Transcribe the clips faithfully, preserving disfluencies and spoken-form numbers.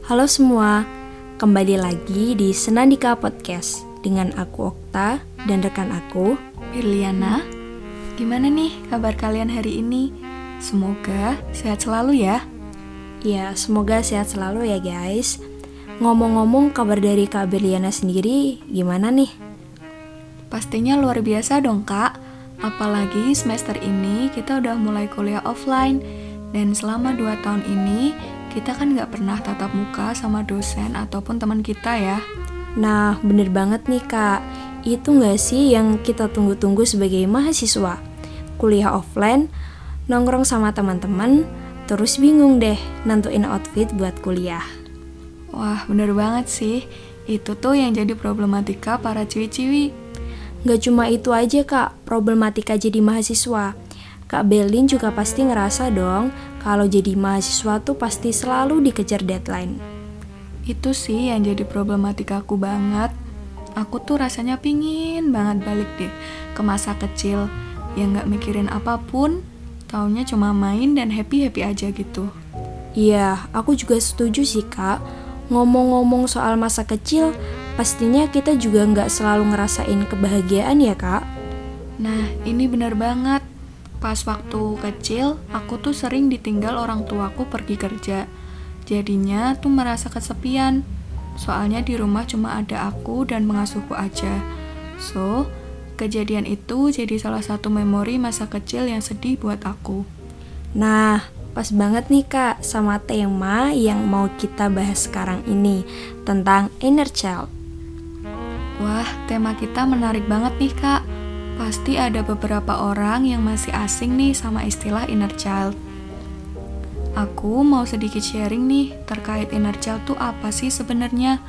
Halo semua, kembali lagi di Senandika Podcast dengan aku Okta dan rekan aku Firliana. Gimana nih kabar kalian hari ini? Semoga sehat selalu ya. Ya, semoga sehat selalu ya guys. Ngomong-ngomong, kabar dari Kak Berliana sendiri gimana nih? Pastinya luar biasa dong kak. Apalagi semester ini kita udah mulai kuliah offline. Dan selama dua tahun ini kita kan gak pernah tatap muka sama dosen ataupun teman kita ya. Nah, bener banget nih Kak. Itu gak sih yang kita tunggu-tunggu sebagai mahasiswa? Kuliah offline, nongkrong sama teman-teman, terus bingung deh nentuin outfit buat kuliah. Wah, bener banget sih. Itu tuh yang jadi problematika para ciwi-ciwi. Gak cuma itu aja Kak, problematika jadi mahasiswa. Kak Berlin juga pasti ngerasa dong kalau jadi mahasiswa tuh pasti selalu dikejar deadline. Itu sih yang jadi problematika aku banget. Aku tuh rasanya pingin banget balik deh ke masa kecil yang gak mikirin apapun, taunya cuma main dan happy-happy aja gitu. Iya, aku juga setuju sih Kak. Ngomong-ngomong soal masa kecil, pastinya kita juga gak selalu ngerasain kebahagiaan ya Kak? Nah, ini bener banget. Pas waktu kecil, aku tuh sering ditinggal orang tuaku pergi kerja. Jadinya tuh merasa kesepian. Soalnya di rumah cuma ada aku dan pengasuhku aja. So, kejadian itu jadi salah satu memori masa kecil yang sedih buat aku. Nah, pas banget nih Kak sama tema yang mau kita bahas sekarang ini, tentang inner child. Wah, tema kita menarik banget nih Kak. Pasti ada beberapa orang yang masih asing nih sama istilah inner child. Aku mau sedikit sharing nih terkait inner child tuh apa sih sebenarnya.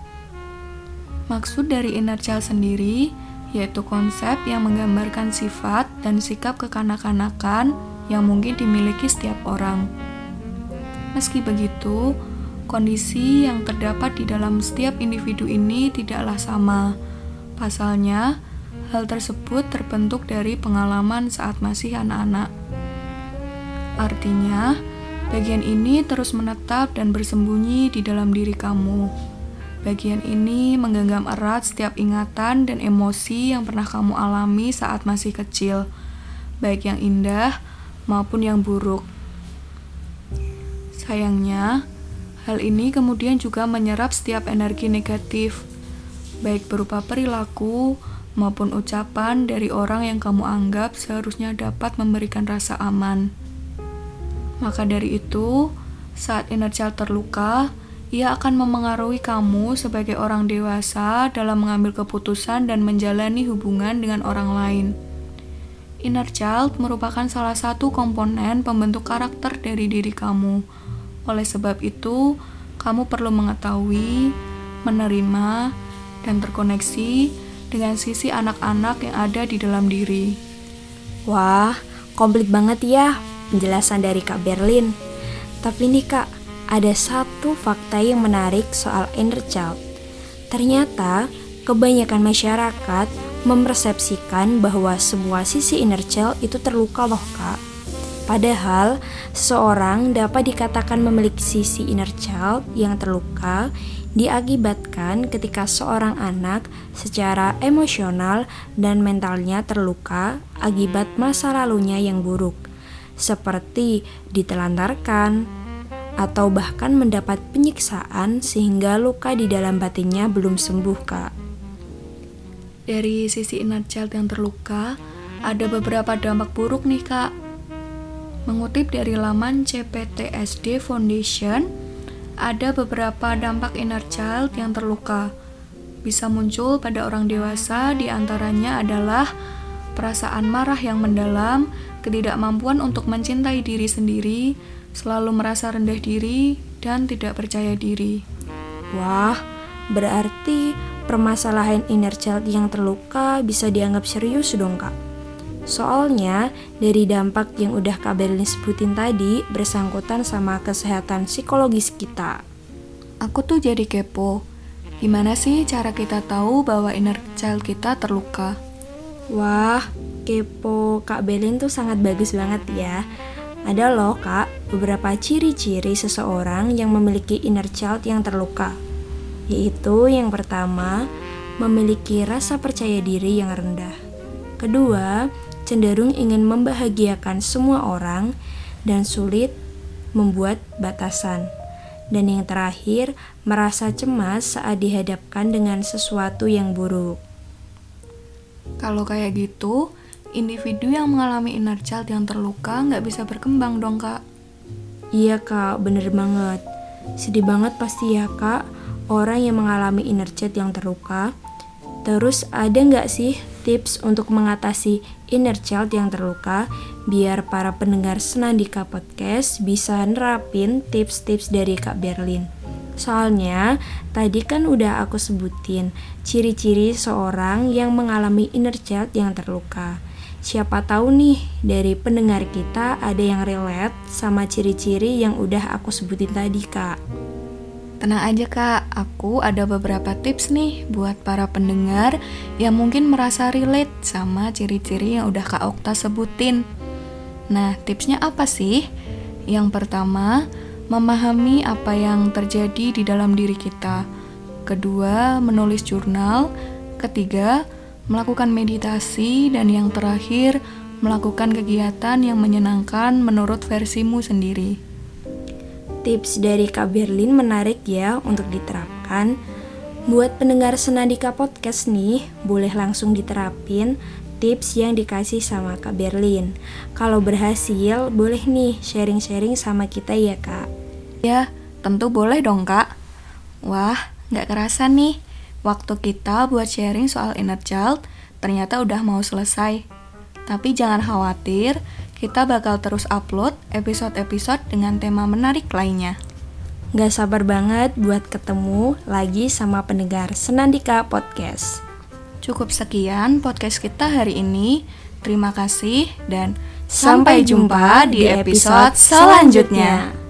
Maksud dari inner child sendiri yaitu konsep yang menggambarkan sifat dan sikap kekanak-kanakan yang mungkin dimiliki setiap orang. Meski begitu, kondisi yang terdapat di dalam setiap individu ini tidaklah sama. Pasalnya, hal tersebut terbentuk dari pengalaman saat masih anak-anak. Artinya, bagian ini terus menetap dan bersembunyi di dalam diri kamu. Bagian ini menggenggam erat setiap ingatan dan emosi yang pernah kamu alami saat masih kecil, baik yang indah maupun yang buruk. Sayangnya, hal ini kemudian juga menyerap setiap energi negatif, baik berupa perilaku maupun ucapan dari orang yang kamu anggap seharusnya dapat memberikan rasa aman. Maka dari itu, saat inner child terluka, ia akan memengaruhi kamu sebagai orang dewasa dalam mengambil keputusan dan menjalani hubungan dengan orang lain. Inner child merupakan salah satu komponen pembentuk karakter dari diri kamu. Oleh sebab itu, kamu perlu mengetahui, menerima, dan terkoneksi dengan sisi anak-anak yang ada di dalam diri. Wah, komplit banget ya penjelasan dari Kak Berlin. Tapi nih Kak, ada satu fakta yang menarik soal inner child. Ternyata, kebanyakan masyarakat mempersepsikan bahwa semua sisi inner child itu terluka loh Kak. Padahal, seseorang dapat dikatakan memiliki sisi inner child yang terluka diakibatkan ketika seorang anak secara emosional dan mentalnya terluka akibat masa lalunya yang buruk, seperti ditelantarkan atau bahkan mendapat penyiksaan sehingga luka di dalam batinnya belum sembuh Kak. Dari sisi inner child yang terluka, ada beberapa dampak buruk nih Kak. Mengutip dari laman C P T S D Foundation, ada beberapa dampak inner child yang terluka. Bisa muncul pada orang dewasa, diantaranya adalah perasaan marah yang mendalam, ketidakmampuan untuk mencintai diri sendiri, selalu merasa rendah diri, dan tidak percaya diri. Wah, berarti permasalahan inner child yang terluka bisa dianggap serius dong Kak. Soalnya, dari dampak yang udah Kak Berlin sebutin tadi bersangkutan sama kesehatan psikologis kita. Aku tuh jadi kepo. Gimana sih cara kita tahu bahwa inner child kita terluka? Wah, kepo Kak Berlin tuh sangat bagus banget ya. Ada loh Kak beberapa ciri-ciri seseorang yang memiliki inner child yang terluka. Yaitu yang pertama, memiliki rasa percaya diri yang rendah. Kedua, cenderung ingin membahagiakan semua orang dan sulit membuat batasan. Dan yang terakhir, merasa cemas saat dihadapkan dengan sesuatu yang buruk. Kalau kayak gitu, individu yang mengalami inner child yang terluka nggak bisa berkembang dong, Kak. Iya, Kak, bener banget. Sedih banget pasti ya, Kak, orang yang mengalami inner child yang terluka. Terus ada nggak sih tips untuk mengatasi inner child yang terluka biar para pendengar Senandika Podcast bisa nerapin tips-tips dari Kak Berlin? Soalnya tadi kan udah aku sebutin ciri-ciri seorang yang mengalami inner child yang terluka. Siapa tahu nih dari pendengar kita ada yang relate sama ciri-ciri yang udah aku sebutin tadi, Kak. Tenang aja, Kak, aku ada beberapa tips nih buat para pendengar yang mungkin merasa relate sama ciri-ciri yang udah Kak Okta sebutin. Nah, tipsnya apa sih? Yang pertama, memahami apa yang terjadi di dalam diri kita. Kedua, menulis jurnal. Ketiga, melakukan meditasi. Dan yang terakhir, melakukan kegiatan yang menyenangkan menurut versimu sendiri. Tips dari Kak Berlin menarik ya untuk diterapkan. Buat pendengar Senandika Podcast nih, boleh langsung diterapin tips yang dikasih sama Kak Berlin. Kalau berhasil, boleh nih sharing-sharing sama kita ya, Kak. Ya, tentu boleh dong, Kak. Wah, gak kerasa nih, waktu kita buat sharing soal inner child ternyata udah mau selesai. Tapi jangan khawatir, kita bakal terus upload episode-episode dengan tema menarik lainnya. Gak sabar banget buat ketemu lagi sama pendengar Senandika Podcast. Cukup sekian podcast kita hari ini. Terima kasih dan sampai jumpa di episode selanjutnya.